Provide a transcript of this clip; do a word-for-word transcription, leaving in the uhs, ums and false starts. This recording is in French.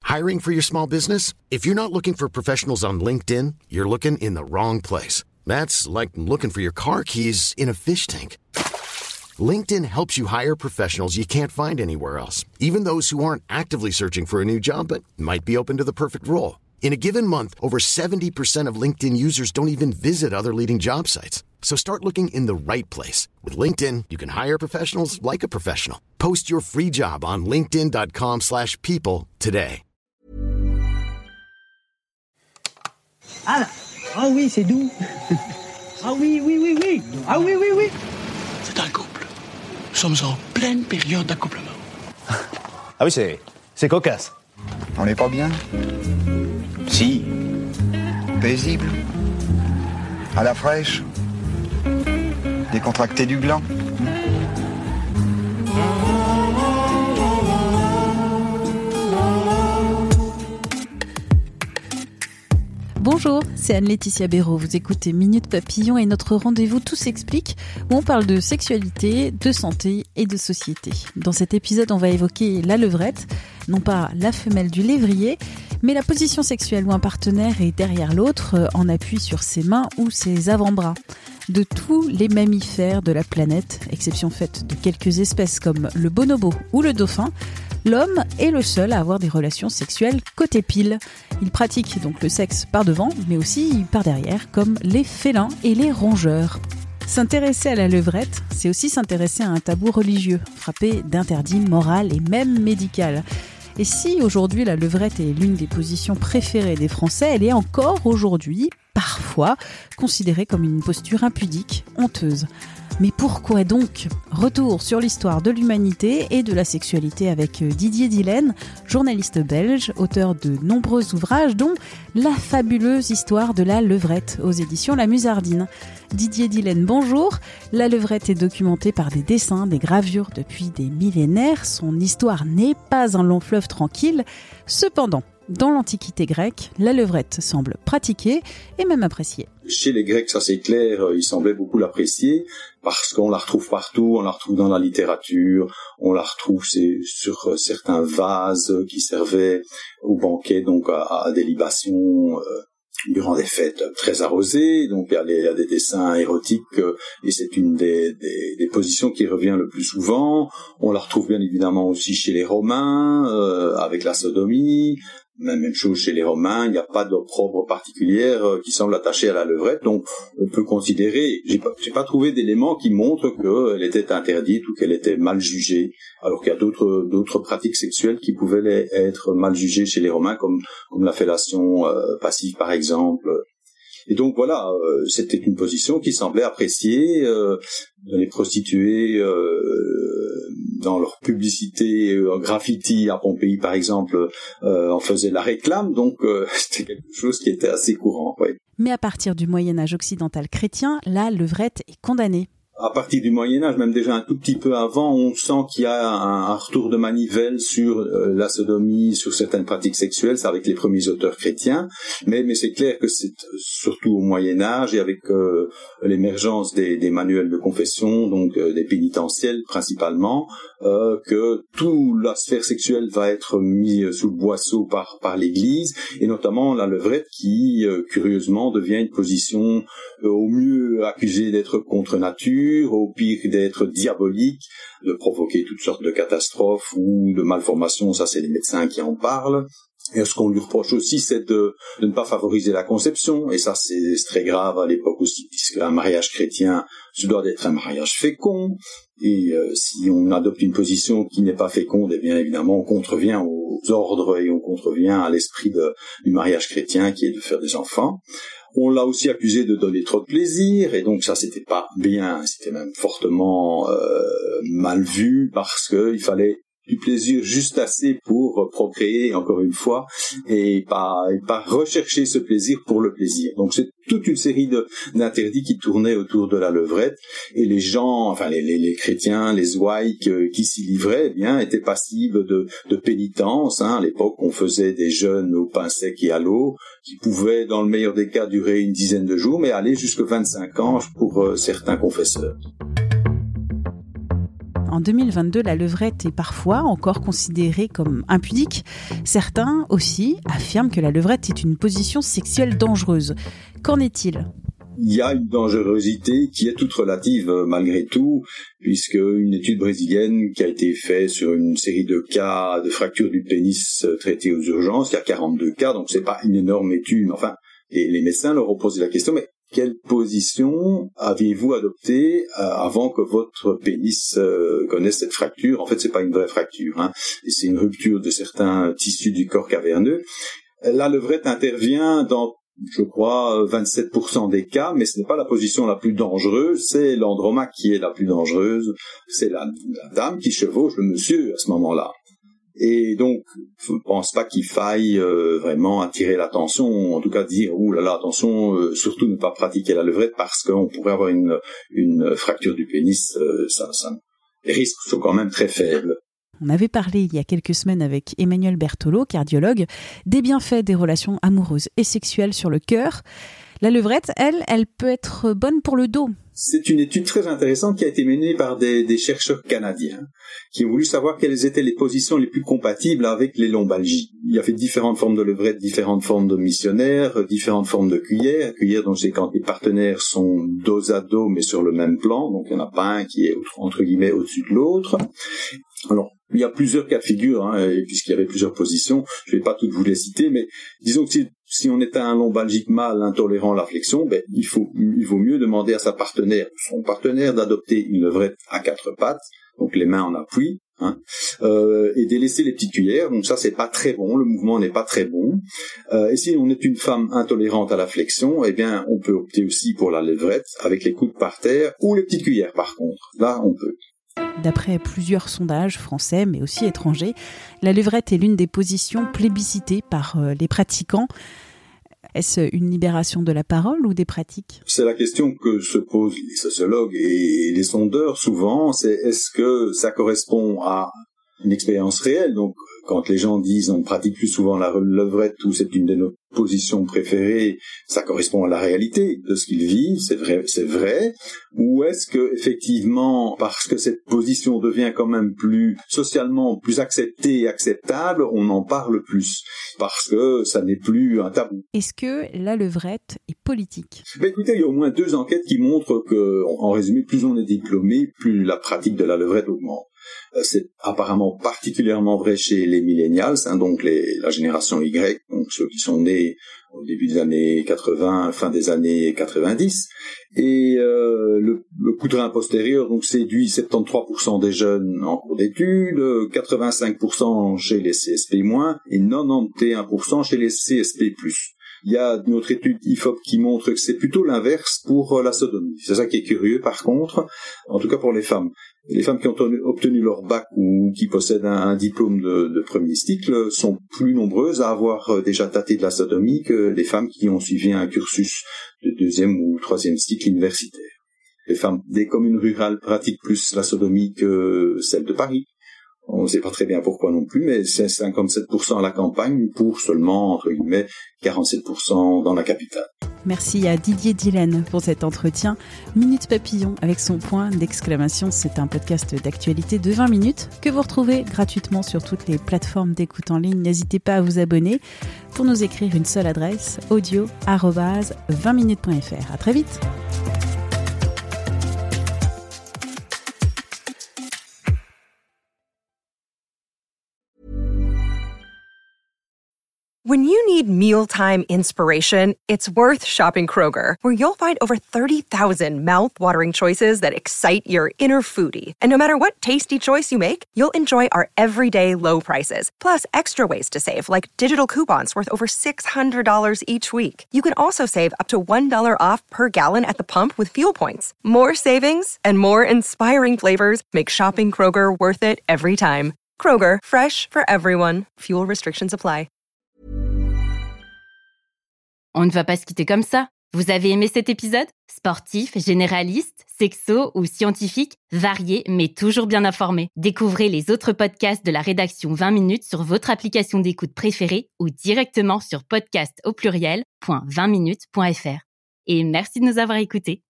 Hiring for your small business? If you're not looking for professionals on LinkedIn, you're looking in the wrong place. That's like looking for your car keys in a fish tank. LinkedIn helps you hire professionals you can't find anywhere else, even those who aren't actively searching for a new job but might be open to the perfect role. In a given month, over seventy percent of LinkedIn users don't even visit other leading job sites. So start looking in the right place. With LinkedIn, you can hire professionals like a professional. Post your free job on linkedin.com slash people today. Ah, ah oui, c'est doux. Ah oui, oui, oui, oui. Ah oui, oui, oui. C'est un couple. Nous sommes en pleine période d'accouplement. Ah oui, c'est, c'est cocasse. On n'est pas bien? Si. Paisible? À la fraîche? Décontracté du gland? Bonjour, c'est Anne-Laetitia Béraud. Vous écoutez Minute Papillon et notre rendez-vous Tout s'explique où on parle de sexualité, de santé et de société. Dans cet épisode, on va évoquer la levrette, non pas la femelle du lévrier, mais la position sexuelle où un partenaire est derrière l'autre en appui sur ses mains ou ses avant-bras. De tous les mammifères de la planète, exception faite de quelques espèces comme le bonobo ou le dauphin, l'homme est le seul à avoir des relations sexuelles côté pile. Il pratique donc le sexe par devant, mais aussi par derrière, comme les félins et les rongeurs. S'intéresser à la levrette, c'est aussi s'intéresser à un tabou religieux, frappé d'interdit moral et même médical. Et si aujourd'hui la levrette est l'une des positions préférées des Français, elle est encore aujourd'hui, parfois, considérée comme une posture impudique, honteuse. Mais pourquoi donc ? Retour sur l'histoire de l'humanité et de la sexualité avec Didier Dillène, journaliste belge, auteur de nombreux ouvrages dont La fabuleuse histoire de la levrette aux éditions La Musardine. Didier Dillène, bonjour. La levrette est documentée par des dessins, des gravures depuis des millénaires. Son histoire n'est pas un long fleuve tranquille. Cependant, dans l'Antiquité grecque, la levrette semble pratiquée et même appréciée. Chez les Grecs, ça c'est clair, ils semblaient beaucoup l'apprécier parce qu'on la retrouve partout, on la retrouve dans la littérature, on la retrouve sur certains vases qui servaient aux banquets, donc à, à des libations euh, durant des fêtes très arrosées. Donc il y a, les, il y a des dessins érotiques euh, et c'est une des, des, des positions qui revient le plus souvent. On la retrouve bien évidemment aussi chez les Romains euh, avec la sodomie. Même chose chez les Romains, il n'y a pas d'opprobre particulière qui semble attachée à la levrette, donc on peut considérer, j'ai pas, j'ai pas trouvé d'éléments qui montrent qu'elle était interdite ou qu'elle était mal jugée, alors qu'il y a d'autres, d'autres pratiques sexuelles qui pouvaient être mal jugées chez les Romains, comme, comme la fellation euh, passive par exemple. Et donc voilà, euh, c'était une position qui semblait appréciée, euh, les prostituées euh, dans leur publicité euh, graffiti à Pompéi par exemple euh, en faisaient la réclame, donc euh, c'était quelque chose qui était assez courant. Ouais. Mais à partir du Moyen-Âge occidental chrétien, la levrette est condamnée. À partir du Moyen-Âge, même déjà un tout petit peu avant, on sent qu'il y a un, un retour de manivelle sur euh, la sodomie, sur certaines pratiques sexuelles, c'est avec les premiers auteurs chrétiens, mais, mais c'est clair que c'est surtout au Moyen-Âge et avec euh, l'émergence des, des manuels de confession, donc euh, des pénitentiels principalement, euh, que toute la sphère sexuelle va être mise sous le boisseau par, par l'Église, et notamment la levrette qui, euh, curieusement, devient une position euh, au mieux accusée d'être contre nature, au pire d'être diabolique, de provoquer toutes sortes de catastrophes ou de malformations, ça c'est les médecins qui en parlent. Et ce qu'on lui reproche aussi, c'est de, de ne pas favoriser la conception, et ça c'est, c'est très grave à l'époque aussi, puisque un mariage chrétien se doit d'être un mariage fécond, et euh, si on adopte une position qui n'est pas féconde, eh bien évidemment on contrevient aux ordres et on contrevient à l'esprit de, du mariage chrétien qui est de faire des enfants. On l'a aussi accusé de donner trop de plaisir, et donc ça c'était pas bien, c'était même fortement euh, mal vu, parce que il fallait du plaisir juste assez pour procréer, encore une fois, et pas, et pas rechercher ce plaisir pour le plaisir. Donc c'est toute une série de, d'interdits qui tournaient autour de la levrette, et les gens, enfin les, les, les chrétiens, les ouailles qui s'y livraient, eh bien, étaient passibles de, de pénitence. Hein. À l'époque, on faisait des jeûnes au pain sec et à l'eau, qui pouvaient, dans le meilleur des cas, durer une dizaine de jours, mais aller jusqu'à vingt-cinq ans pour euh, certains confesseurs. En deux mille vingt-deux, la levrette est parfois encore considérée comme impudique. Certains aussi affirment que la levrette est une position sexuelle dangereuse. Qu'en est-il ? Il y a une dangerosité qui est toute relative euh, malgré tout, puisque une étude brésilienne qui a été faite sur une série de cas de fracture du pénis euh, traités aux urgences, il y a quarante-deux cas, donc c'est pas une énorme étude, mais enfin, les, les médecins leur ont posé la question, mais quelle position aviez-vous adoptée euh, avant que votre pénis euh, connaisse cette fracture ? En fait, c'est pas une vraie fracture, hein, et c'est une rupture de certains tissus du corps caverneux. La levrette intervient dans je crois, vingt-sept pour cent des cas, mais ce n'est pas la position la plus dangereuse, c'est l'andromaque qui est la plus dangereuse, c'est la, la dame qui chevauche le monsieur à ce moment-là. Et donc, je ne pense pas qu'il faille euh, vraiment attirer l'attention, en tout cas dire, ouh là là, attention, euh, surtout ne pas pratiquer la levrette parce qu'on pourrait avoir une, une fracture du pénis, euh, ça, ça, les risques sont quand même très faibles. On avait parlé il y a quelques semaines avec Emmanuel Bertolo, cardiologue, des bienfaits des relations amoureuses et sexuelles sur le cœur. La levrette, elle, elle peut être bonne pour le dos. C'est une étude très intéressante qui a été menée par des, des chercheurs canadiens qui ont voulu savoir quelles étaient les positions les plus compatibles avec les lombalgies. Il y avait différentes formes de levrette, différentes formes de missionnaires, différentes formes de cuillères. Cuillères, donc c'est quand les partenaires sont dos à dos mais sur le même plan, donc il n'y en a pas un qui est entre guillemets au-dessus de l'autre. Alors, il y a plusieurs cas de figure, hein, puisqu'il y avait plusieurs positions. Je ne vais pas toutes vous les citer, mais disons que si, si on est un lombalgique mâle intolérant à la flexion, ben, il faut, il vaut mieux demander à sa partenaire, son partenaire, d'adopter une levrette à quatre pattes, donc les mains en appui, hein, euh, et délaisser les petites cuillères. Donc ça, c'est pas très bon, le mouvement n'est pas très bon. Euh, et si on est une femme intolérante à la flexion, eh bien, on peut opter aussi pour la levrette avec les coudes par terre ou les petites cuillères, par contre. Là, on peut. D'après plusieurs sondages français, mais aussi étrangers, la levrette est l'une des positions plébiscitées par les pratiquants. Est-ce une libération de la parole ou des pratiques ? C'est la question que se posent les sociologues et les sondeurs souvent, c'est est-ce que ça correspond à une expérience réelle ? Donc, quand les gens disent on pratique plus souvent la levrette ou c'est une de nos positions préférées, ça correspond à la réalité de ce qu'ils vivent, c'est vrai, c'est vrai. Ou est-ce que effectivement, parce que cette position devient quand même plus socialement plus acceptée et acceptable, on en parle plus parce que ça n'est plus un tabou. Est-ce que la levrette est politique ? Ben écoutez, il y a au moins deux enquêtes qui montrent que, en résumé, plus on est diplômé, plus la pratique de la levrette augmente. C'est apparemment particulièrement vrai chez les millennials, hein, donc les, la génération Y, donc ceux qui sont nés au début des années quatre-vingts, fin des années quatre-vingt-dix, et euh, le, le coup de rein postérieur donc séduit soixante-treize pour cent des jeunes en cours d'études, quatre-vingt-cinq pour cent chez les C S P moins, et quatre-vingt-onze pour cent chez les C S P plus. Il y a une autre étude I F O P qui montre que c'est plutôt l'inverse pour la sodomie. C'est ça qui est curieux par contre, en tout cas pour les femmes. Les femmes qui ont obtenu leur bac ou qui possèdent un, un diplôme de, de premier cycle sont plus nombreuses à avoir déjà tâté de la sodomie que les femmes qui ont suivi un cursus de deuxième ou troisième cycle universitaire. Les femmes des communes rurales pratiquent plus la sodomie que celles de Paris. On ne sait pas très bien pourquoi non plus, mais c'est cinquante-sept pour cent à la campagne pour seulement, entre guillemets, quarante-sept pour cent dans la capitale. Merci à Didier Dillène pour cet entretien. Minute Papillon avec son point d'exclamation. C'est un podcast d'actualité de vingt minutes que vous retrouvez gratuitement sur toutes les plateformes d'écoute en ligne. N'hésitez pas à vous abonner. Pour nous écrire une seule adresse, audio arobase vingt minutes point f r. À très vite. When you need mealtime inspiration, it's worth shopping Kroger, where you'll find over thirty thousand mouth-watering choices that excite your inner foodie. And no matter what tasty choice you make, you'll enjoy our everyday low prices, plus extra ways to save, like digital coupons worth over six hundred dollars each week. You can also save up to one dollar off per gallon at the pump with fuel points. More savings and more inspiring flavors make shopping Kroger worth it every time. Kroger, fresh for everyone. Fuel restrictions apply. On ne va pas se quitter comme ça. Vous avez aimé cet épisode ? Sportif, généraliste, sexo ou scientifique, varié mais toujours bien informé. Découvrez les autres podcasts de la rédaction vingt minutes sur votre application d'écoute préférée ou directement sur podcast au pluriel point vingt minutes point f r. Et merci de nous avoir écoutés.